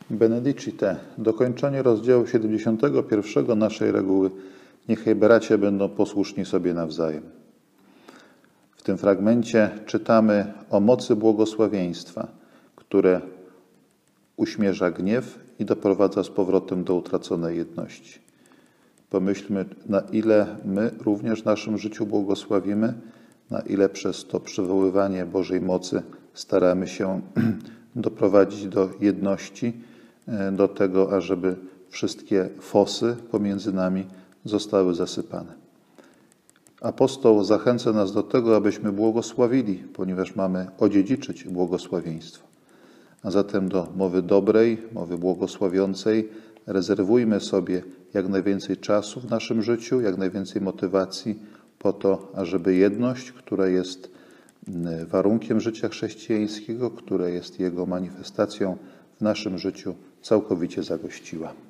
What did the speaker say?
Benedicite, dokończenie rozdziału 71 naszej reguły. Niechaj bracia będą posłuszni sobie nawzajem. W tym fragmencie czytamy o mocy błogosławieństwa, które uśmierza gniew i doprowadza z powrotem do utraconej jedności. Pomyślmy, na ile my również w naszym życiu błogosławimy, na ile przez to przywoływanie Bożej mocy staramy się doprowadzić do jedności, do tego, ażeby wszystkie fosy pomiędzy nami zostały zasypane. Apostoł zachęca nas do tego, abyśmy błogosławili, ponieważ mamy odziedziczyć błogosławieństwo. A zatem do mowy dobrej, mowy błogosławiącej rezerwujmy sobie jak najwięcej czasu w naszym życiu, jak najwięcej motywacji po to, ażeby jedność, która jest warunkiem życia chrześcijańskiego, która jest jego manifestacją w naszym życiu, całkowicie zagościła.